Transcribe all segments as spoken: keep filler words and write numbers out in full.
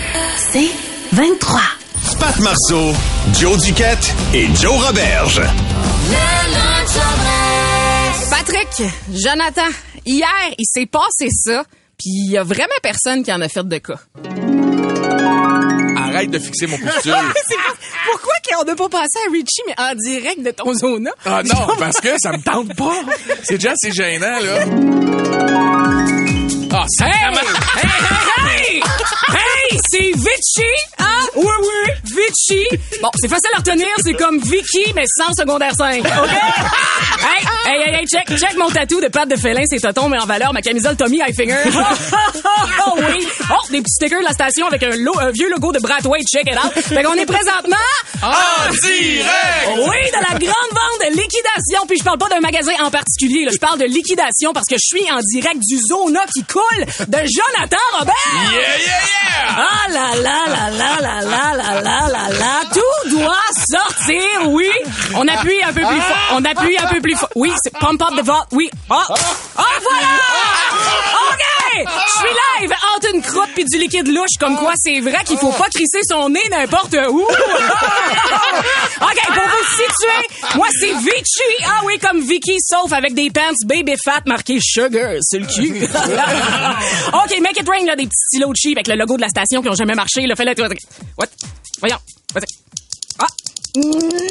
C'est vingt-trois. Pat Marceau, Joe Duquette et Joe Roberge. Patrick, Jonathan, hier, il s'est passé ça, puis il y a vraiment personne qui en a fait de cas. Arrête de fixer mon pustule. Pourquoi qu'on n'a pas passé à Richie, mais en direct de ton Zona? Ah non, parce que ça me tente pas. C'est déjà assez gênant, là. Ah, c'est Hey! Hey, hey, hey! Hey, c'est Vichy, hein? Oui, oui, Vichy. Bon, c'est facile à retenir, c'est comme Vicky, mais sans secondaire cinq, OK? Hey, hey, hey, hey, check, check mon tatou de patte de félin, c'est toton, mais en valeur, ma camisole Tommy Hilfiger. Oh oui! Oh, des petits stickers de la station avec un, lo- un vieux logo de Bradway, check it out. Fait qu'on est présentement... en direct! Oui, de la grande vente de liquidation. Puis je parle pas d'un magasin en particulier, là. Je parle de liquidation parce que je suis en direct du Zona qui coule de Jonathan Robert. Yeah, yeah, yeah! Ah là là là là là là là là là là. Tout doit sortir, oui. On appuie un peu plus fort. On appuie un peu plus fort. Oui, c'est pump up the vote. Oui. Ah, ah voilà! OK! Je suis live entre une croûte puis du liquide louche, comme quoi c'est vrai qu'il faut pas crisser son nez n'importe où. OK, pour vous situer, moi c'est Vichy. Ah oui, comme Vicky, sauf avec des pants baby fat marqué sugar sur le cul. OK, make it rain, là, des petits stylos cheap avec le logo de la station qui ont jamais marché. Là, fais-le. What? Voyons. Vas-y. Ah. OK,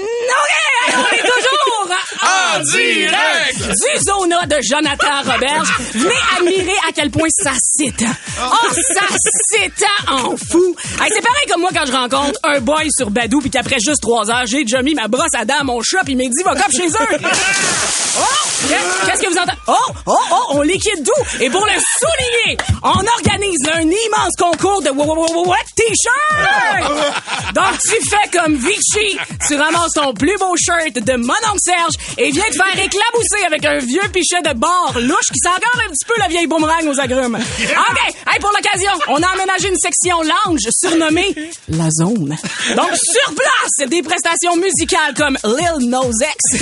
on est toujours en direct du Zona de Jonathan Roberge. Venez admirer à quel point ça s'étend. Oh, ça s'étend en fou. Hey, c'est pareil comme moi quand je rencontre un boy sur Badou puis qu'après juste trois heures, j'ai déjà mis ma brosse à dents à mon chat puis il m'a dit va cop chez eux. Oh, qu'est-ce que vous entendez? Oh, oh, oh, on liquide tout. Et pour le souligner, on organise un immense concours de what t-shirt. Donc tu fais comme Vichy. Tu ramasses ton plus beau shirt de mon oncle Serge et viens te faire éclabousser avec un vieux pichet de bar louche qui sent encore un petit peu la vieille boomerang aux agrumes. OK, hey, pour l'occasion, on a aménagé une section lounge surnommée La Zone. Donc, sur place, des prestations musicales comme Lil Nas X,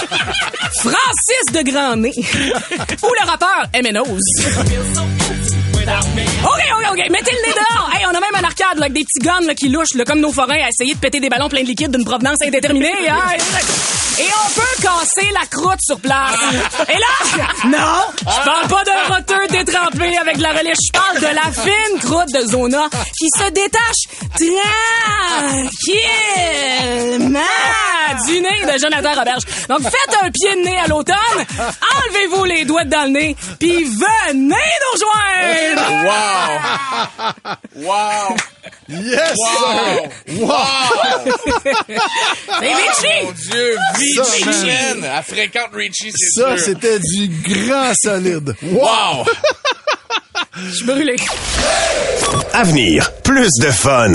Francis de Grandnez ou le rappeur M and O's. OK, OK, OK. Mettez le nez dehors. Hey, on a même un arcade là, avec des petits guns là, qui louchent là, comme nos forains à essayer de péter des ballons pleins de liquide d'une provenance indéterminée. Hein? Et on peut casser la croûte sur place. Et là, non, je parle pas d'un roteux détrempé avec de la relish. Je parle de la fine croûte de Zona qui se détache tranquillement du nez de Jonathan Roberge. Donc, faites un pied de nez à l'automne, enlevez-vous les doigts dans le nez, puis venez nous rejoindre! Wow! Wow! Yes! Wow! Wow! C'est Vichy! Mon Dieu, Vichy! Ça, man. Elle fréquente Richie, c'est Ça, sûr. c'était du grand solide. Wow! Je suis brûlé. Avenir, plus de fun.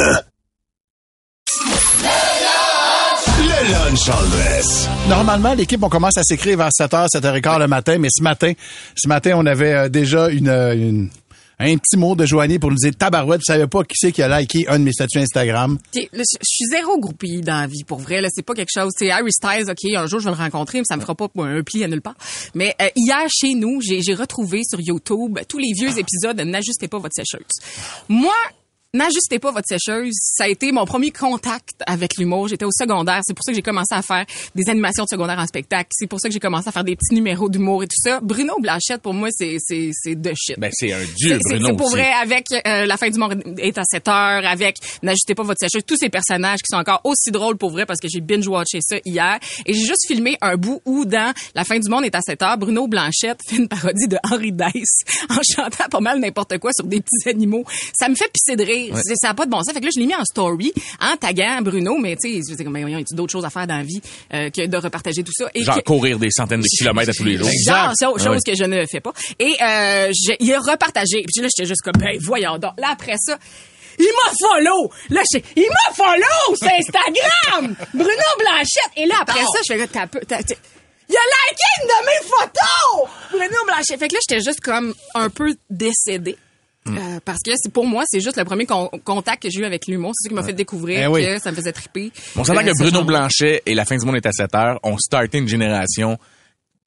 Le lunch en dress. Normalement, l'équipe, on commence à s'écrire vers sept heures, sept heures quinze le matin, mais ce matin, ce matin, on avait euh, déjà une, une, un petit mot de Joanie pour nous dire tabarouette, vous savez pas qui c'est qui a liké un de mes statuts Instagram. Okay, là, je suis zéro groupie dans la vie, pour vrai. Là, c'est pas quelque chose. C'est Harry Styles, OK, un jour je vais le rencontrer, mais ça me fera pas un pli à nulle part. Mais euh, hier, chez nous, j'ai, j'ai retrouvé sur YouTube tous les vieux épisodes de N'ajustez pas votre sécheuse. Moi, N'ajustez pas votre sécheuse, ça a été mon premier contact avec l'humour. J'étais au secondaire, c'est pour ça que j'ai commencé à faire des animations de secondaire en spectacle. C'est pour ça que j'ai commencé à faire des petits numéros d'humour et tout ça. Bruno Blanchette, pour moi, c'est c'est c'est de shit. Ben c'est un dieu, c'est, Bruno. C'est pour aussi. vrai, avec euh, La fin du monde est à sept heures, avec N'ajustez pas votre sécheuse, tous ces personnages qui sont encore aussi drôles pour vrai parce que j'ai binge-watché ça hier. Et j'ai juste filmé un bout où dans La fin du monde est à sept heures, Bruno Blanchette fait une parodie de Henri Dess en chantant pas mal n'importe quoi sur des petits animaux. Ça me fait pisser de rire. Ouais. Ça n'a pas de bon sens. Fait que là, je l'ai mis en story en taguant Bruno, mais tu sais, c'est comme, il y a d'autres choses à faire dans la vie euh, que de repartager tout ça. Et genre que, courir des centaines de kilomètres à tous les jours. Genre, chose, chose ouais. que je ne fais pas. Et euh, je, il a repartagé. Puis là, j'étais juste comme, ben voyons donc. Là, après ça, il m'a follow! Là, je il m'a follow! C'est Instagram! Bruno Blanchette! Et là, après oh. ça, je fais, t'as peu, t'as, t'as, il a liké une de mes photos! Bruno Blanchette. Fait que là, j'étais juste comme un peu décédée. Mm. Euh, parce que c'est pour moi, c'est juste le premier con- contact que j'ai eu avec l'humour. C'est ça qui m'a fait découvrir eh oui. que ça me faisait triper. On s'entend euh, que Bruno genre... Blanchet et La fin du monde est à sept heures ont starté une génération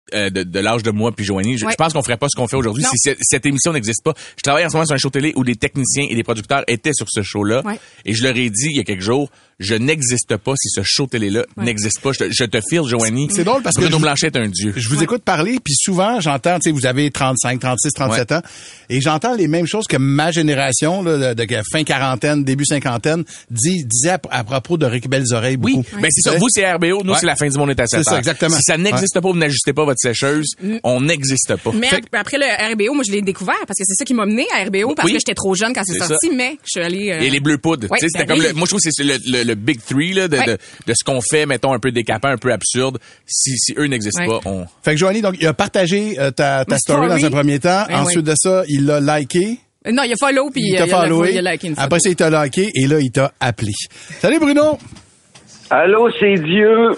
euh, de, de l'âge de moi puis Joanie, je, Ouais. je pense qu'on ferait pas ce qu'on fait aujourd'hui Non. si cette, cette émission n'existe pas. Je travaille en ce moment sur un show télé où des techniciens et des producteurs étaient sur ce show-là. Ouais. Et je leur ai dit il y a quelques jours, je n'existe pas si ce show télé-là Ouais. n'existe pas. Je te, je te file, Joanie. C'est drôle parce que Bruno je- Blanchet est un dieu. Je vous écoute parler, puis souvent, j'entends, tu sais, vous avez trente-cinq, trente-six, trente-sept ans, et j'entends les mêmes choses que ma génération, là, de, de fin quarantaine, début cinquantaine, dit, disait à, à propos de Rick Belles Oreilles beaucoup. Oui, ben c'est ça. Vous, c'est R B O. Nous, Ouais. c'est la fin du monde est à sept C'est ça, heures. exactement. Si ça n'existe pas, vous n'ajustez pas votre sécheuse, on n'existe pas. Mais Fait que- après le R B O, moi, je l'ai découvert parce que c'est ça qui m'a mené à R B O parce Oui. que j'étais trop jeune quand c'est C'est sorti, ça. mais je suis allée... euh, Et les bleus poudres. Ouais, Tu sais, c'était ben comme oui. le, moi, je trouve que c'est le, le, le big three, là, de, Ouais. de, de ce qu'on fait, mettons, un peu décapant, un peu absurde. Si, si eux n'existent Ouais. pas, on... Fait que Joanie, donc, il a partagé euh, ta, ta Ma story story. dans un premier temps. Eh Ensuite oui. de ça, il l'a liké. euh, Non, il a follow, puis Il euh, t'a il a followé. il a liké une photo. Après ça, il t'a liké et là, il t'a appelé. Salut Bruno! Allô, c'est Dieu.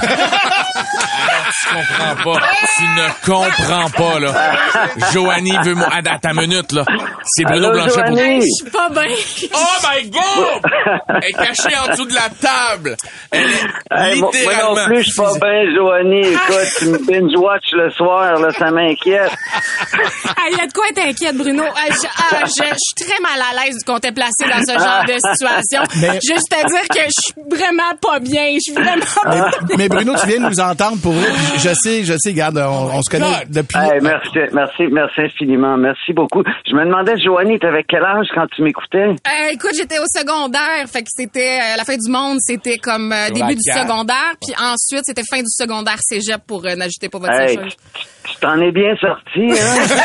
Tu comprends pas. Tu ne comprends pas, là. Joanie veut mon... Attends, attends une minute, là. C'est Bruno Allô, Blanchet pour... Joanie. Je suis pas bien. Oh my God! Elle est cachée en dessous de la table. Elle est Hey, moi, moi littéralement... non plus, je suis pas bien, Joanie. Écoute, tu me binge-watch le soir, là, ça m'inquiète. Ah, il y a de quoi être inquiète, Bruno. Ah, je, ah, je, je suis très mal à l'aise qu'on t'ait placé dans ce genre de situation. Mais- Juste à dire que je suis vraiment pas bien. Je suis vraiment pas Mais, mais Bruno, tu viens de nous entendre pour vrai. puis Je sais, je sais, regarde, on, on se connaît God. depuis... Hey, merci, merci, merci infiniment. Merci beaucoup. Je me demandais, Joanie, t'avais quel âge quand tu m'écoutais? Euh, écoute, j'étais au secondaire, fait que c'était euh, la fin du monde, c'était comme euh, Sur début la du carte. secondaire, puis ensuite c'était fin du secondaire cégep pour euh, n'ajouter pas votre Hey, sécheuse. tu t'en es bien sorti, hein?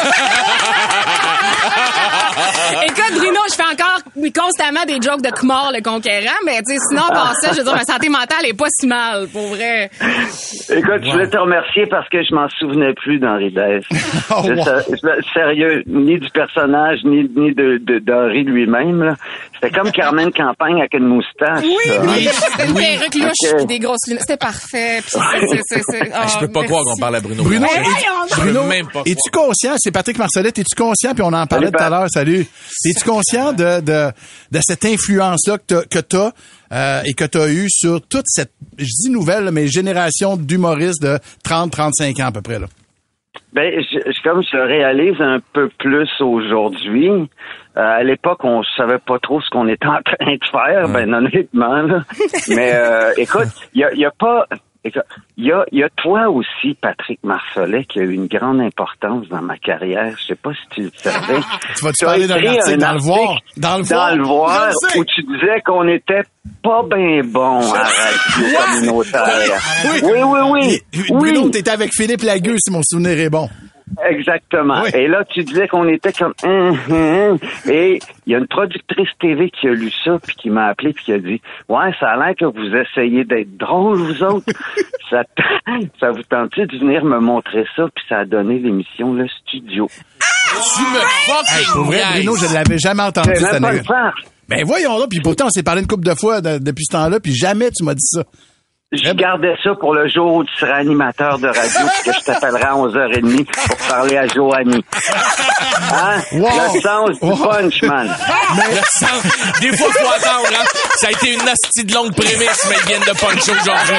Écoute, Bruno, je fais encore constamment des jokes de Kmar le conquérant, mais tu sais, sinon, par ça, je veux dire, ma santé mentale est pas si mal, pour vrai. Écoute, je voulais te remercier parce que je m'en souvenais plus d'Henri Dess. Oh, Je wow. sa- je- sérieux, ni du personnage, ni, ni de, de, d'Henri lui-même, là. C'était comme Carmen Campagne avec une moustache. Oui, ça. oui, c'était une Oui. perruque louche Ok. puis des grosses lunettes. C'était parfait. Puis c'est, c'est, c'est, c'est- oh, Je peux pas merci. croire qu'on parle à Bruno Bruno, Blanchet. Hey, voyons Je peux Bruno, même pas es-tu croire. conscient, c'est Patrick Marcellet, es-tu conscient, puis on en parlait Salut, tout à Pat. l'heure, salut. Es-tu conscient de, de, de cette influence-là que t'as, que t'as, euh, et que t'as eu sur toute cette, je dis nouvelle, là, mais génération d'humoristes de trente, trente-cinq ans à peu près, là? Ben, je, je- comme je le réalise un peu plus aujourd'hui, euh, à l'époque, on savait pas trop ce qu'on était en train de faire, ben honnêtement. Là. Mais euh, écoute, il y a, y a pas... écoute, Il y a, il y a toi aussi, Patrick Marcellet, qui a eu une grande importance dans ma carrière. Je sais pas si tu le savais. Tu vas-tu Tu as parler d'un écrit article un dans le voir? article Dans le voir? Dans le voir, Je le sais. où tu disais qu'on était pas bien bon à la radio communautaire. Oui. Oui, oui, oui. Et- oui. Bruno, t'étais avec Philippe Lagueux, si mon souvenir est bon. Exactement. Oui. Et là, tu disais qu'on était comme... Hum, hum. Et il y a une productrice T V qui a lu ça, puis qui m'a appelé, puis qui a dit, « Ouais, ça a l'air que vous essayez d'être drôle, vous autres. ça, t- ça vous tente de venir me montrer ça? » Puis ça a donné l'émission Le Studio. Tu me fucking Pour vrai, niaises. Bruno, je ne l'avais jamais entendu, C'est cette même pas année. le faire. Ben voyons là, puis pourtant, on s'est parlé une couple de fois de- depuis ce temps-là, puis jamais tu m'as dit ça. Je gardais ça pour le jour où tu seras animateur de radio, puis que je t'appellerai à onze heures trente pour parler à Joanie. Hein? Wow. Le sens du Wow. punch, man. Le sang. Des fois, faut attendre, hein. Ça a été une hostie de longue prémisse, mais ils viennent de puncher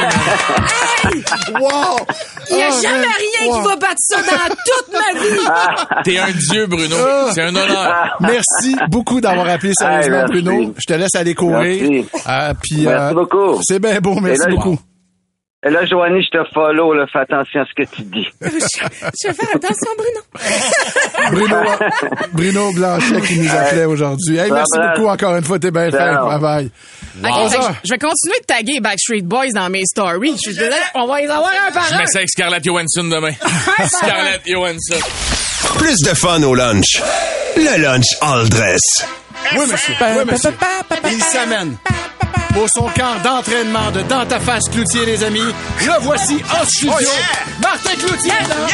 aujourd'hui. Wow! Il y a Oh, jamais man. rien Wow. qui va battre ça dans toute ma vie. T'es un dieu, Bruno. Ah. C'est un honneur. Merci beaucoup d'avoir appelé sérieusement, Hey, merci. Bruno. Je te laisse aller courir. Merci. Euh, puis, Merci beaucoup. C'est bien beau, merci Et là, beaucoup. Et là, Joanie, je te follow, là. Fais attention à ce que tu dis. Je, je vais faire attention, Bruno. Bruno, Bruno Blanchet qui nous appelait aujourd'hui. Hey, merci Bye-bye. beaucoup encore une fois, t'es bien fait. Ciao. Bye bye. Ok, fait que je, je vais continuer de taguer Backstreet Boys dans mes stories. Je suis désolée, on va les avoir un par Je un. m'essaie avec Scarlett Johansson demain. Scarlett Johansson. Plus de fun au lunch. Le lunch all dress. Oui, monsieur. Oui, monsieur. Il s'amène pour son camp d'entraînement de Dans ta face Cloutier, les amis. Le voici en studio. Oh, yeah! Martin Cloutier.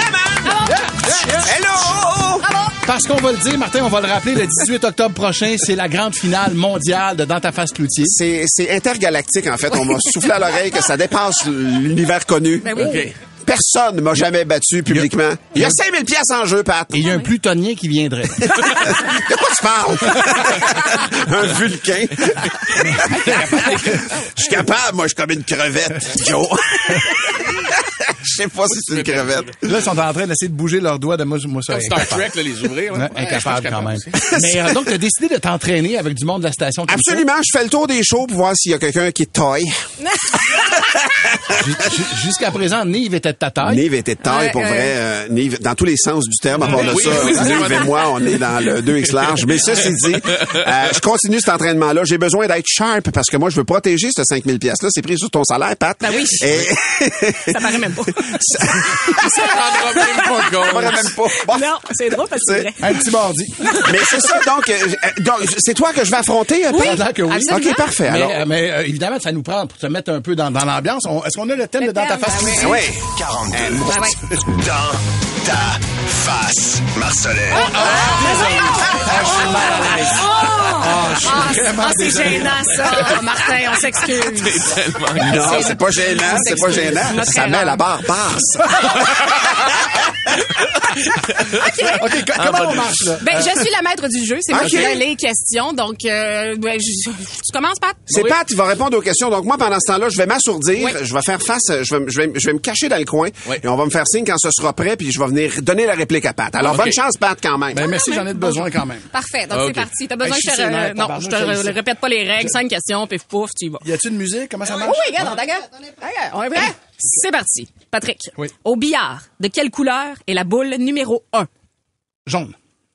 Hello! Parce qu'on va le dire, Martin, on va le rappeler, le dix-huit octobre prochain, c'est la grande finale mondiale de Dans ta face Cloutier. C'est, c'est intergalactique, en fait. On m'a soufflé à l'oreille que ça dépasse l'univers connu. Ben oui. OK. Personne ne m'a jamais battu publiquement. Il y a cinq mille piastres en jeu, Pat. Et il y a un plutonien qui viendrait. De quoi tu parles? Un vulcain. Je suis capable, moi, je suis comme une crevette, Joe. Je sais pas si c'est une crevette. Là, ils sont en train d'essayer de bouger leurs doigts de moi, moi ça. Comme Star Trek, là, les ouvrir. Ouais, Ouais, incapable je quand même. aussi. Mais euh, donc, tu as décidé de t'entraîner avec du monde de la station. comme Absolument, je fais le tour des shows pour voir s'il y a quelqu'un qui est taille. ça. Ju- ju- Jusqu'à présent, Nive était de ta taille. Nive était de taille, Ouais, pour ouais. vrai. Euh, Nive, dans tous les sens du terme, à part de Oui, ça, oui, oui. Nive et moi, on est dans le deux X large. Mais ceci dit, euh, je continue cet entraînement-là. J'ai besoin d'être sharp parce que moi, je veux protéger ce cinq mille pièces là. C'est pris sur ton salaire, Pat. Ben oui. Et... Ça paraît même pas. Ça rendra même pas Je compte. m'en même pas. Bon. Non, c'est drôle parce que c'est vrai. Un petit mardi. Mais c'est ça, donc, euh, donc c'est toi que je vais affronter, euh, Ça a Pat? l'air que oui. absolument. OK, parfait. Mais, Alors, euh, mais euh, évidemment, ça nous prend pour se mettre un peu dans, dans l'ambiance. On- Est-ce qu'on a le thème Le de Dans ta thème, face? ben oui. ici? oui. quarante-deux. Ben ouais. Dans ta face, Marcelet. Ah, ah, c'est gênant, ça. Ah, Martin, on s'excuse. Non, c'est pas gênant, c'est pas gênant. Notre Ça met erreur. la barre basse. OK, co- comment on marche, là? Ben, je suis la maître du jeu. C'est moi Ok. qui fais les questions. Donc, euh, ben, je- tu commences, Pat? C'est Oui. Pat, il va répondre aux questions. Donc moi, pendant ce temps-là, je vais m'assourdir, Oui. je vais faire face, je vais, je vais, je vais me cacher dans le coin, Oui. et on va me faire signe quand ce sera prêt, puis je vais venir donner la réplique à Pat. Alors, Ok. bonne chance, Pat, quand même. Ben, merci, j'en ai besoin quand même. Parfait. Donc, Ok. c'est parti. T'as besoin Hey, je que je suis te... sénère, re- Non, tabarnak, je je le te sais. répète pas les règles. Cinq questions, pif pouf, tu y vas. Y a-tu une musique? Comment ça marche? Oui, oui, regarde, regarde. Regarde, on est prêt? C'est parti. Patrick. Oui. Au billard, de quelle couleur est la boule numéro un? Jaune.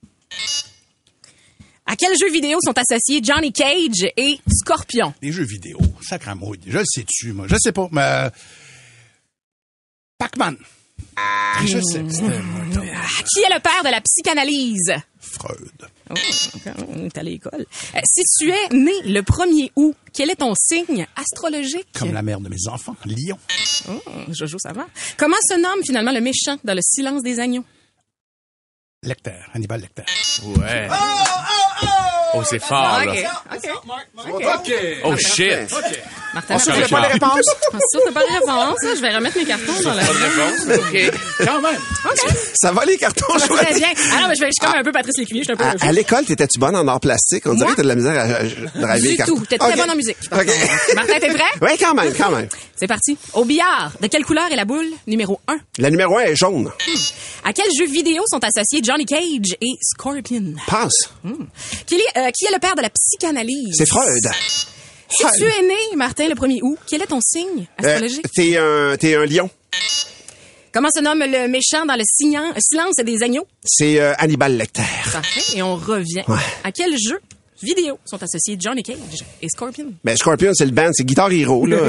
À quel jeu vidéo sont associés Johnny Cage et Scorpion? Des jeux vidéo. Sacramouille. Je le sais-tu, moi. Je sais pas, mais... euh, Pac-Man. Je sais. C'était Qui est le père de la psychanalyse? Freud. Oh, on est à l'école. Euh, si tu es né le premier août, quel est ton signe astrologique? Comme la mère de mes enfants. Lion. Oh, Jojo, ça va. Comment se nomme finalement le méchant dans Le silence des agneaux? Lecter. Hannibal Lecter. Ouais. Oh, c'est fort, là. OK. OK. Oh, shit. Martin, On souffle Martin, pas les Richard. réponses? on souffle pas de réponse. là. Je vais remettre mes cartons dans la... Pas de réponse. OK. Quand même. OK. Ça va les cartons, Très chouette? bien. Ah non, mais je, vais, je suis comme un peu Patrice Lécuyer. Je suis un peu... À, à l'école, t'étais-tu bonne en art plastique? On dirait Moi? que t'as de la misère à, à driver les Du cartons. tout. T'es très OK. bonne en musique. par OK. contre. Martin, t'es prêt? Oui, quand même, quand même. C'est parti. Au billard, de quelle couleur est la boule numéro un? La numéro un est jaune. À quel jeu vidéo sont associés Johnny Cage et Scorpion? Passe. Qui est, euh, qui est le père de la psychanalyse? C'est Freud. Si tu es né, Martin, le premier août, quel est ton signe Euh, astrologique? t'es un, t'es un lion. Comment se nomme le méchant dans le signan- silence des agneaux? C'est euh, Hannibal Lecter. Parfait. Et on revient. Ouais. À quel jeu vidéo sont associés Johnny Cage et Scorpion? Ben, Scorpion, c'est le band, c'est Guitar Hero, là.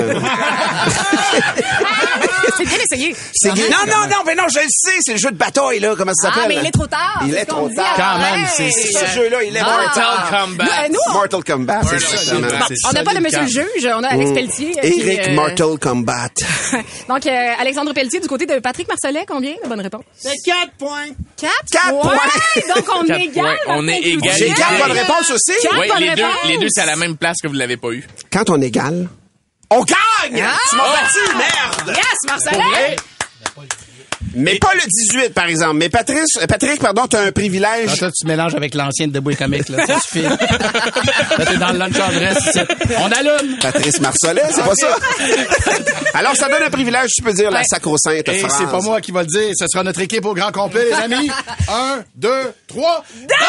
C'est bien essayé. C'est Gui- Non, non, non, mais non, je le sais, c'est le jeu de bataille, là, comment ça Ah, s'appelle? mais il est trop tard. Il c'est est ce qu'on trop dit tard. à Quand même, l'oreille. c'est- Ce jeu-là, il est Ah. Mortal Kombat. Nous, euh, nous, on- Mortal Kombat, c'est Mortal exactement. Kombat. Bon, C'est on n'a pas de solide, monsieur le quand- juge, on a Alex Pelletier. euh, qui, Eric euh, Mortal Kombat. Donc, euh, Alexandre Pelletier, du côté de Patrick Marcelet, combien de bonnes réponses? C'est quatre points. Quatre, Quatre points. points. Donc, on Quatre est égal. points. On est égal. J'ai quatre bonnes réponses aussi. Quatre Oui, bonnes les deux, réponses. les deux, c'est à la même place que vous l'avez pas eu. Quand on égale, on gagne! Ah! Tu m'as battu, merde! Yes, Marcelet! Mais pas le dix-huit, par exemple. Mais Patrice, euh, Patrick, pardon, t'as un privilège. Ah, toi, tu mélanges avec l'ancien de Debout et Comique, là. Ça suffit. Là, t'es dans le lunch adresse. ici. On allume. Patrice Marcelet, c'est pas ça? Alors, ça donne un privilège, tu peux dire, la Ouais. sacro-sainte Et phrase. c'est pas moi qui va le dire. Ce sera notre équipe au grand complet, les amis. Un, deux, trois.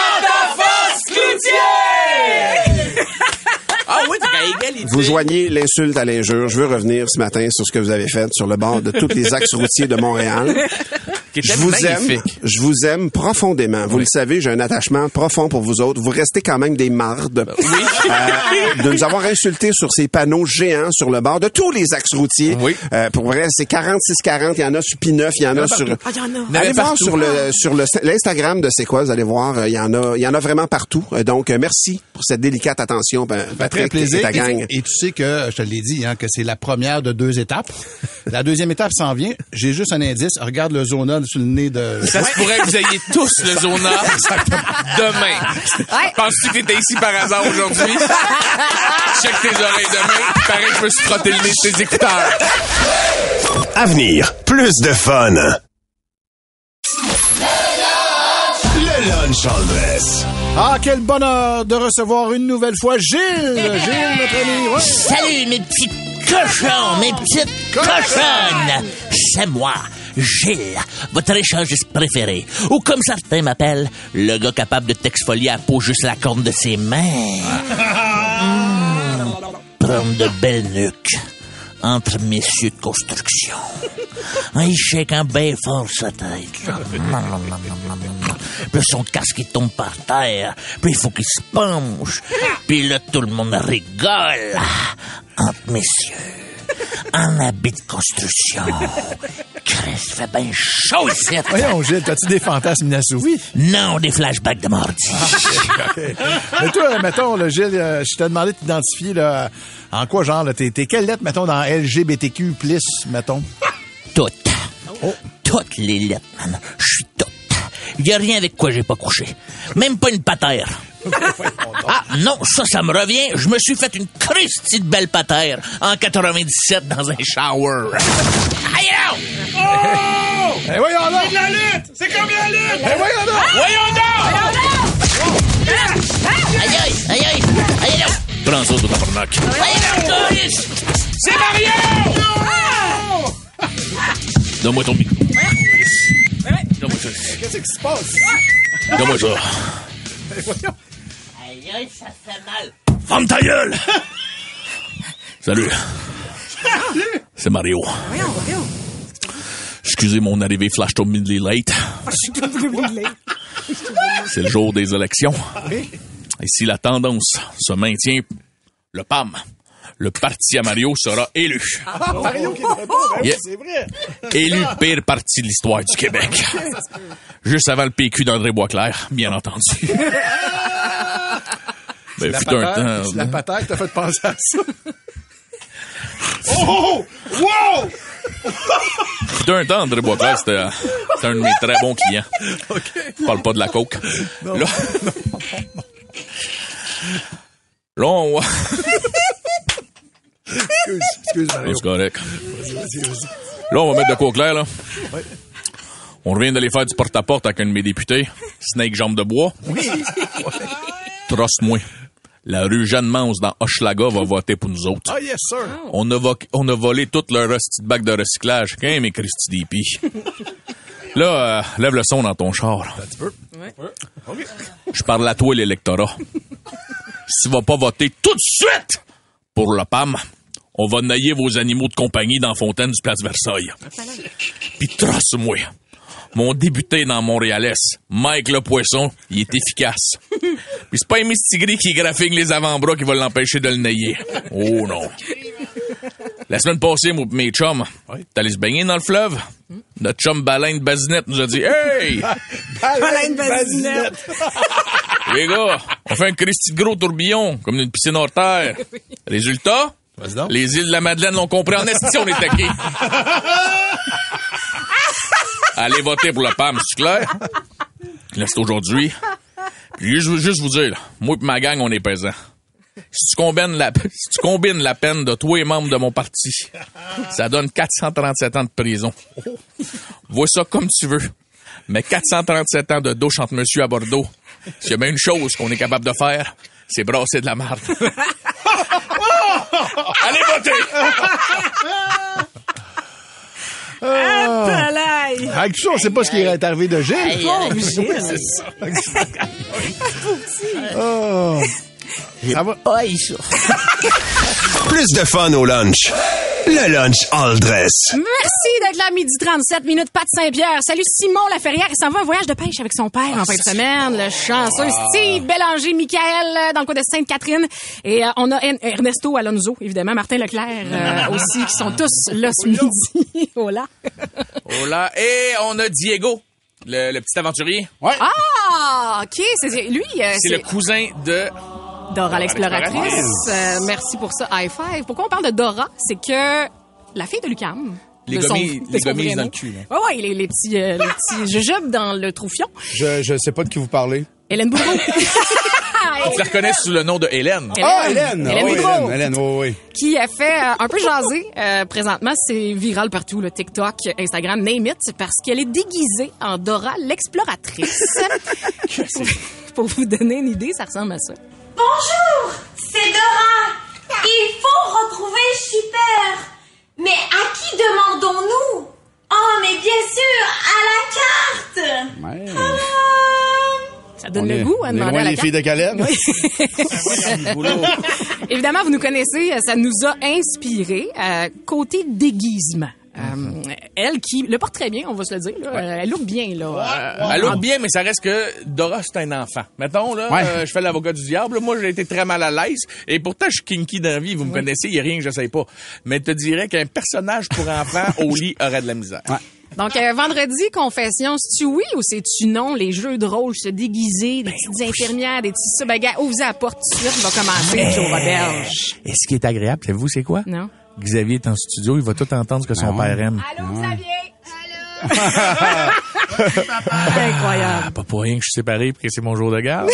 Ah oui, t'es à égalité. Vous joignez l'insulte à l'injure. Je veux revenir ce matin sur ce que vous avez fait sur le bord de tous les axes routiers de Montréal. Qui était Je vous magnifique. aime. Je vous aime profondément. Vous le savez, j'ai un attachement profond pour vous autres. Vous restez quand même des mardes. Oui. Euh, de nous avoir insultés sur ces panneaux géants sur le bord de tous les axes routiers. Oui. Euh, pour vrai, c'est quarante-six quarante. Il y en a sur P neuf, il y en a sur... Ah, il y en a. Il y en Allez avait voir partout. sur le sur le l'Instagram de C'est quoi, vous allez voir, euh, il y en a il y en a vraiment partout. Euh, donc euh, merci pour cette délicate attention, ben, Très Patrick plaisir. et ta gang. Et tu sais que, je te l'ai dit, hein, que c'est la première de deux étapes. La deuxième étape s'en vient. J'ai juste un indice. Regarde le zona sur le nez de... Ça se pourrait que vous ayez tous le zona demain. Ouais. Penses-tu que t'étais ici par hasard aujourd'hui? Check tes oreilles demain. Pareil que je me suis frotté le nez de tes écouteurs. Avenir, plus de fun. Le lunch Andress. Ah, quel bonheur de recevoir une nouvelle fois Gilles. Gilles, notre ami. Ouais. Salut, mes petits cochons, mes petites cochonnes! C'est moi, Gilles, votre échangiste préféré. Ou comme certains m'appellent, le gars capable de t'exfolier à peau juste la corne de ses mains. Mmh. Prendre de belles nuques entre messieurs de construction. Il shake un bien fort sa tête. Là. Puis son casque il tombe par terre. Puis il faut qu'il se penche. Puis là, tout le monde rigole. Entre messieurs. En habit de construction. Chris, fait bien chaud ici. Voyons, Gilles, t'as-tu des fantasmes inassouvis? Non, des flashbacks de mardi. Ah, okay. Mais toi, mettons, là, Gilles, euh, je t'ai demandé de t'identifier, là, en quoi genre, là, t'es, t'es quelle lettre, mettons, dans L G B T Q plus, mettons? Toutes. Oh. Toutes les lettres, man. Je suis toute. Il y a rien avec quoi j'ai pas couché. Même pas une patère. Ah, non, ça, ça me revient. Je me suis fait une Christie de belle patère en quatre-vingt-dix-sept dans un shower. Aïe, non! Oh! Eh, voyons là! C'est de la lutte! C'est comme la lutte! Eh, voyons là! Voyons donc! Aïe, aïe, aïe, aïe, aïe, non! Prends ça, ton tabarnak. Aïe, non! C'est Mario! Donne-moi ton micro. Donne-moi ça. Qu'est-ce qui se passe? Donne-moi ça. Eh, voyons. Aïe, aïe, ça fait mal. Ferme ta gueule! Salut. C'est Mario. Voyons, voyons. Excusez mon arrivée flash to midly late. C'est le jour des élections. Et si la tendance se maintient, le P A M, le parti à Mario, sera élu. Ah, Mario qui me répond, ben Yeah. oui, c'est vrai. Élu pire parti de l'histoire du Québec. Juste avant le P Q d'André Boisclair, bien entendu. Ben, La fut un patate, temps... c'est la patate qui t'a fait penser à ça. Oh! Wow! Fut un temps, André Boisclair, c'était, c'était un de mes très bons clients. OK. Je parle pas de la coke. Non. Là, là on... Excuse, excuse, Mario. C'est correct. Vas-y, vas-y, vas-y. Là, on va mettre de quoi au clair, là. Ouais. On revient d'aller faire du porte-à-porte avec un de mes députés. Snake Jambe de bois. Oui. Trust-moi. La rue Jeanne-Mance dans Hochelaga va voter pour nous autres. Ah, yes, sir. On a, vo- on a volé toute leur hostie de bac de recyclage. Qu'un mes Christy D P. Là, euh, lève le son dans ton char. Un petit peu. Ouais. OK. Je parle à toi, l'électorat. Si tu vas pas voter tout de suite pour le P A M, on va nailler vos animaux de compagnie dans Fontaine du Place Versailles. Puis trace-moi. Mon débuté dans Montréal-Est, Mike le Poisson, il est efficace. Puis c'est pas un mistigris qui graphique les avant-bras qui va l'empêcher de le nailler. Oh non. La semaine passée, moi, mes chums, t'es allé se baigner dans le fleuve? Notre chum Baleine Bazinette nous a dit « Hey! Baleine Bazinette. Les gars, on fait un Christy de gros tourbillon, comme une piscine hors terre. Résultat? Vas-y donc. Les îles de la Madeleine l'ont compris en esti, on est taqués. Allez voter pour le P A M, c'est clair? Là, c'est aujourd'hui. Puis je veux juste vous dire, là, moi et ma gang, on est pesants. Si tu combines la, si tu combines la peine de tous les membres de mon parti, ça donne quatre cent trente-sept ans de prison. Vois ça comme tu veux. Mais quatre cent trente-sept ans de douche entre monsieur à Bordeaux, s'il y a bien une chose qu'on est capable de faire, c'est brasser de la marde. Allez voter! Ah, palais. Avec tout ça, on sait pas ce qui est arrivé de Gilles. Aïe, Pauvre aïe. Gilles. Oh. Ça va? Aïe, ça. Plus de fun au lunch. Le lunch all dress. Merci d'être là à midi trente-sept minutes, Pat Saint-Pierre. Salut Simon Laferrière. Il s'en va un voyage de pêche avec son père en fin de semaine. Le chanceux Steve Bélanger, Michael euh, dans le coin de Sainte-Catherine. Et euh, on a En- Ernesto Alonso, évidemment, Martin Leclerc euh, aussi, qui sont tous là ce midi. Voilà. Oh là, et on a Diego, le, le petit aventurier. Ah, OK. C'est, lui, euh, C'est le cousin de... Dora l'exploratrice. l'exploratrice. Euh, merci pour ça. High five. Pourquoi on parle de Dora? C'est que la fille de Lucam. Les de son- gommis- de les son gommises vrai dans nom. le cul, là. Ouais, ouais, les, les petits, euh, les petits jujubes dans le troufion. Je, je sais pas de qui vous parlez. Hélène Boudreau. Tu la reconnais sous le nom de Hélène. Ah, Hélène! Hélène Oh, Boudreau. Hélène, Hélène, oui, oui. Qui a fait euh, un peu jaser euh, présentement. C'est viral partout, le TikTok, Instagram, name it, parce qu'elle est déguisée en Dora l'exploratrice. pour, pour vous donner une idée, ça ressemble à ça. Bonjour, c'est Dora. Il faut retrouver Chipper. donne On le est- goût on à est demander loin à la des carte. filles de Caleb. Évidemment, vous nous connaissez, ça nous a inspiré euh, côté déguisement. Euh, elle qui le porte très bien, on va se le dire. Là. Euh, Elle look bien là. Euh, Elle look bien, mais ça reste que Dora, c'est un enfant. Mettons, là, Ouais. euh, je fais l'avocat du diable. Moi, j'ai été très mal à l'aise. Et pourtant, je suis kinky dans la vie. Vous me connaissez, il n'y a rien que je sais pas. Mais te dirais qu'un personnage pour enfant au lit aurait de la misère. Ouais. Donc, euh, vendredi, confession, c'est-tu oui ou c'est-tu non? Les jeux de rôle, se déguiser, des petites infirmières, des petits ça. Ben, gars, ouvrez la porte tout de suite, on va commencer, Joe Roberge. Et ce qui est agréable, savez-vous, c'est quoi? Non? Xavier est en studio, il va tout entendre ce que son Ben père aime. Allô, Xavier? Incroyable. Ah, pas pour rien que je suis séparé parce que c'est mon jour de garde.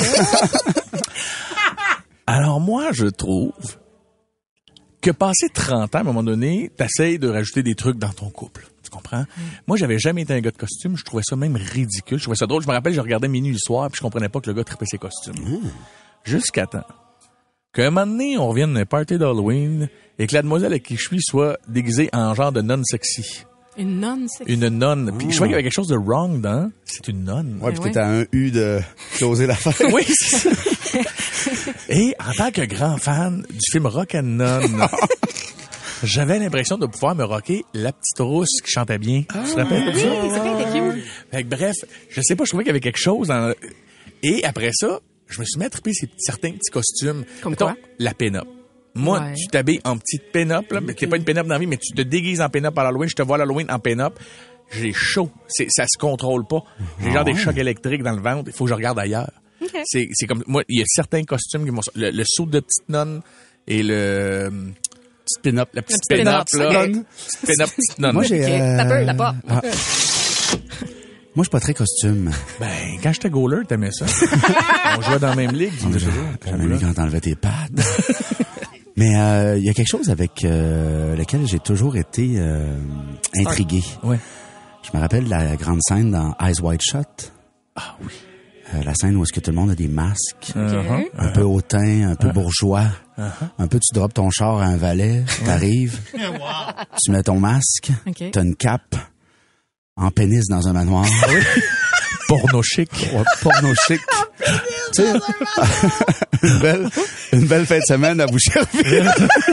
Alors moi, je trouve que passé trente ans, à un moment donné, t'essayes de rajouter des trucs dans ton couple. Tu comprends? Moi, j'avais jamais été un gars de costume. Je trouvais ça même ridicule. Je trouvais ça drôle. Je me rappelle, je regardais Minuit le soir puis je comprenais pas que le gars tripait ses costumes. Jusqu'à temps qu'un moment donné, on revienne d'un party d'Halloween et que la demoiselle avec qui je suis soit déguisée en genre de nonne sexy. Une nonne, c'est Une nonne. Puis je crois qu'il y avait quelque chose de wrong dans. C'est une nonne. Ouais, puis ouais. t'es à un U de closer l'affaire. Oui, c'est ça. Et en tant que grand fan du film Rock'n'None, j'avais l'impression de pouvoir me rocker la petite rousse qui chantait bien. Tu te rappelles de ça? Oui, c'est bien, t'es cute. Fait que bref, je sais pas, je trouvais qu'il y avait quelque chose dans... Et après ça, je me suis mis à triper ces petits- certains petits costumes. Comme Mettons, quoi? la pin-up. Moi, Ouais. tu t'habilles en petite pin-up, là, mais t'es pas une pin-up dans la vie, mais tu te déguises en pin-up à l'Halloween, je te vois à l'Halloween en pin-up. J'ai chaud. C'est, ça se contrôle pas. J'ai genre des chocs électriques dans le ventre. Il faut que je regarde ailleurs. Ok. C'est, c'est comme, moi, il y a certains costumes qui m'ont, le, le saut de petite nonne et le, Petite pin-up. la petite petite pin-up, pin-up, là. ok. Petite pin-up, petite nonne. Moi, j'ai... OK, euh, t'as peur, la porte. ah. Moi, je suis pas très costume. Ben, quand j'étais goaler, t'aimais ça. On jouait dans la même ligue, dis-moi toujours. J'aimais mieux quand t'enlevais tes pads. Mais euh, il y a quelque chose avec euh, lequel j'ai toujours été euh, intrigué. Ouais. Je me rappelle la grande scène dans Eyes Wide Shut. Ah oui. Euh, la scène où est-ce que tout le monde a des masques. Uh-huh. Un peu hautain, un peu bourgeois. Un peu, tu drops ton char à un valet, t'arrives, tu mets ton masque, OK. t'as une cape, en pénis dans un manoir. Porno chic. Ouais, porno chic. Tu sais, une belle, une belle fin de semaine à Boucherville.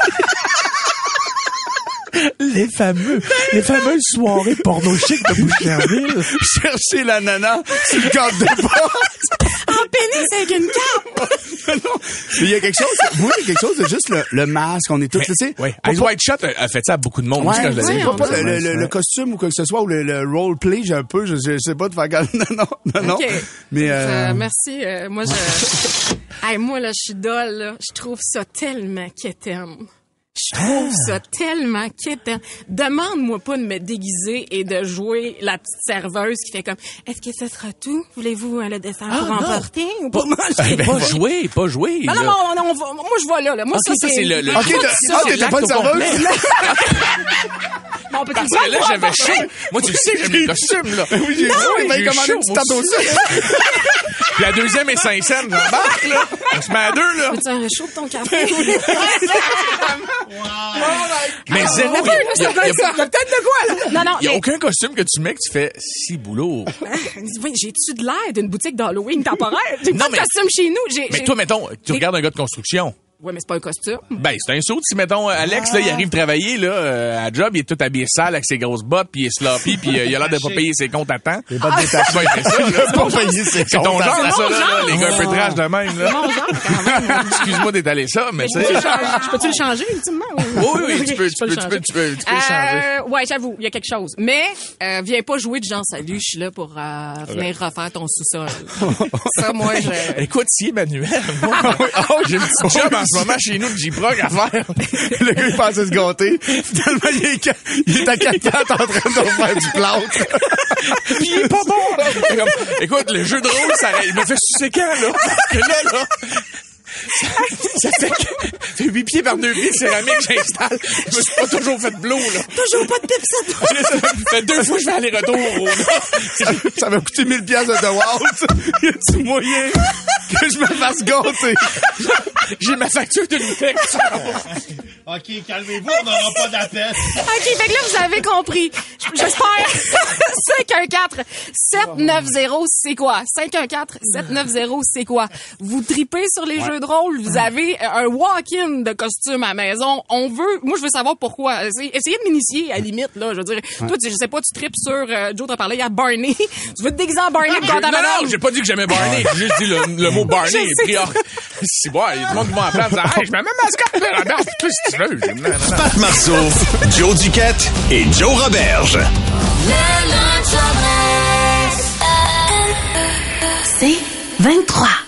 Les fameux, les fameuses soirées porno chic de Boucherville. Chercher la nana sur le cadre de porte. En pénis avec une cape! Non. Il y a quelque chose, moi, il y a quelque chose de juste le, le masque, on est tous, tu sais. Oui. Pas- Eyes Wide Shut a, a fait ça à beaucoup de monde. aussi, quand je l'avais Ouais, vu. pas, pas Ouais, le, le- le- ouais. le costume ou quoi que ce soit, ou le, le roleplay, j'ai un peu, je, je sais pas de faire comme, non, non, non, non. OK. Mais, euh, Euh, merci. euh, moi, je... hey, moi, là, je suis dolle, là. Je trouve ça tellement quétaine. Je trouve ça tellement quétaine. Demande-moi pas de me déguiser et de jouer la petite serveuse qui fait comme « Est-ce que ce sera tout? Voulez-vous euh, le dessert pour non. emporter ou pour manger? Eh ben, pas jouer, pas jouer. Non, là. non, non, non, on va- moi, je vois là. là. Moi, Ok, ça, c'est le- le- Ah, OK, tout t'as- ça, ah, c'est t'étais pas une l'acte au serveuse? complet. Bon, on peut Parce tout que là, j'avais chaud. Moi, tu le sais, j'aime les costumes, là. oui, j'ai Non, oui, oui, ben, j'ai commandé chaud, une petite moi tarte au aussi. sucre. Puis la deuxième est cinq cents, j'embarque, là. On se met à deux, là. Veux-tu un réchaud de ton café? Mais zéro. Attends, là, Il y a- ça doit il y être a- ça. Il y a peut-être de quoi, là? Non, non, il y a mais- aucun costume que tu mets que tu fais si boulot. Oui, j'ai-tu de l'air d'une boutique d'Halloween temporaire? J'ai Non, pas de mais- costume chez nous. J'ai, Mais j'ai- toi, mettons, tu Mais- regardes un gars de construction. Ouais, mais c'est pas un costume. Ben, c'est un saut. Si, mettons, Alex, là, il arrive travailler, là, euh, à job, il est tout habillé sale avec ses grosses bottes, puis il est sloppy, puis euh, il a l'air de pas payer ses comptes à temps. J'ai pas de détaché. Tu vas être ça, là. Pas payer ses C'est ton comptes à genre, temps. ça, là, là, les gars un peu Oh. trash de même, là. Mon genre, quand même. Excuse-moi d'étaler ça, mais Je c'est... peux-tu le changer? Je peux-tu le changer, ultimement? ou- Oui, oui, oui, tu peux, Je tu peux, le tu changer. peux, tu peux, tu peux le changer. Euh, ouais, j'avoue, il y a quelque chose. Mais, euh, viens pas jouer de genre, salut, je suis là pour euh, venir refaire ton sous-sol. Ça, moi, je... Écoute, si Emmanuel, moi, j'ai un petit job en ce moment chez nous de J-Prog à faire. Le gars, il pensait se gâter. Finalement, il est, ca- il est à quatre pattes en train de faire du plâtre. Puis il est pas bon, là. C'est comme, écoute, le jeu de rôle, ça, il me fait sucer quand, là? Parce que là, là, ça, ça fait que, fait huit pieds par deux pieds de céramique que j'installe. Je me suis pas toujours fait de l'eau, là. Toujours pas de pipe, ça. Ça fait deux fois que je vais aller-retour au Ça, ça va coûter mille piastres de DeWalt. Y a-tu moyen que je me fasse gâter? J'ai ma facture de l'Utex. OK, calmez-vous, on n'aura pas d'appel. OK, fait que là, vous avez compris. J'espère. cinq un quatre sept neuf zéro, c'est quoi? cinq un quatre sept neuf zéro, c'est quoi? Vous tripez sur les ouais. jeux de rôle, vous avez un walk-in de costume à la maison. On veut, moi, je veux savoir pourquoi. Essayez de m'initier, à la limite, là. Je veux dire, ouais. toi, tu, je sais pas, tu tripes sur, euh, Joe t'a parlé, il y a Barney. Tu veux te déguiser en Barney pour ta madame? Non, j'ai pas dit que j'aimais Barney. J'ai juste dit le, le mot Barney. Puis, oh, si, bon, il y a tout le monde qui va en place en disant, hey, je mets même mascotte de Robert, tout si tu veux. Pat Marceau, Joe Duquette et Joe Roberge. C'est vingt-trois.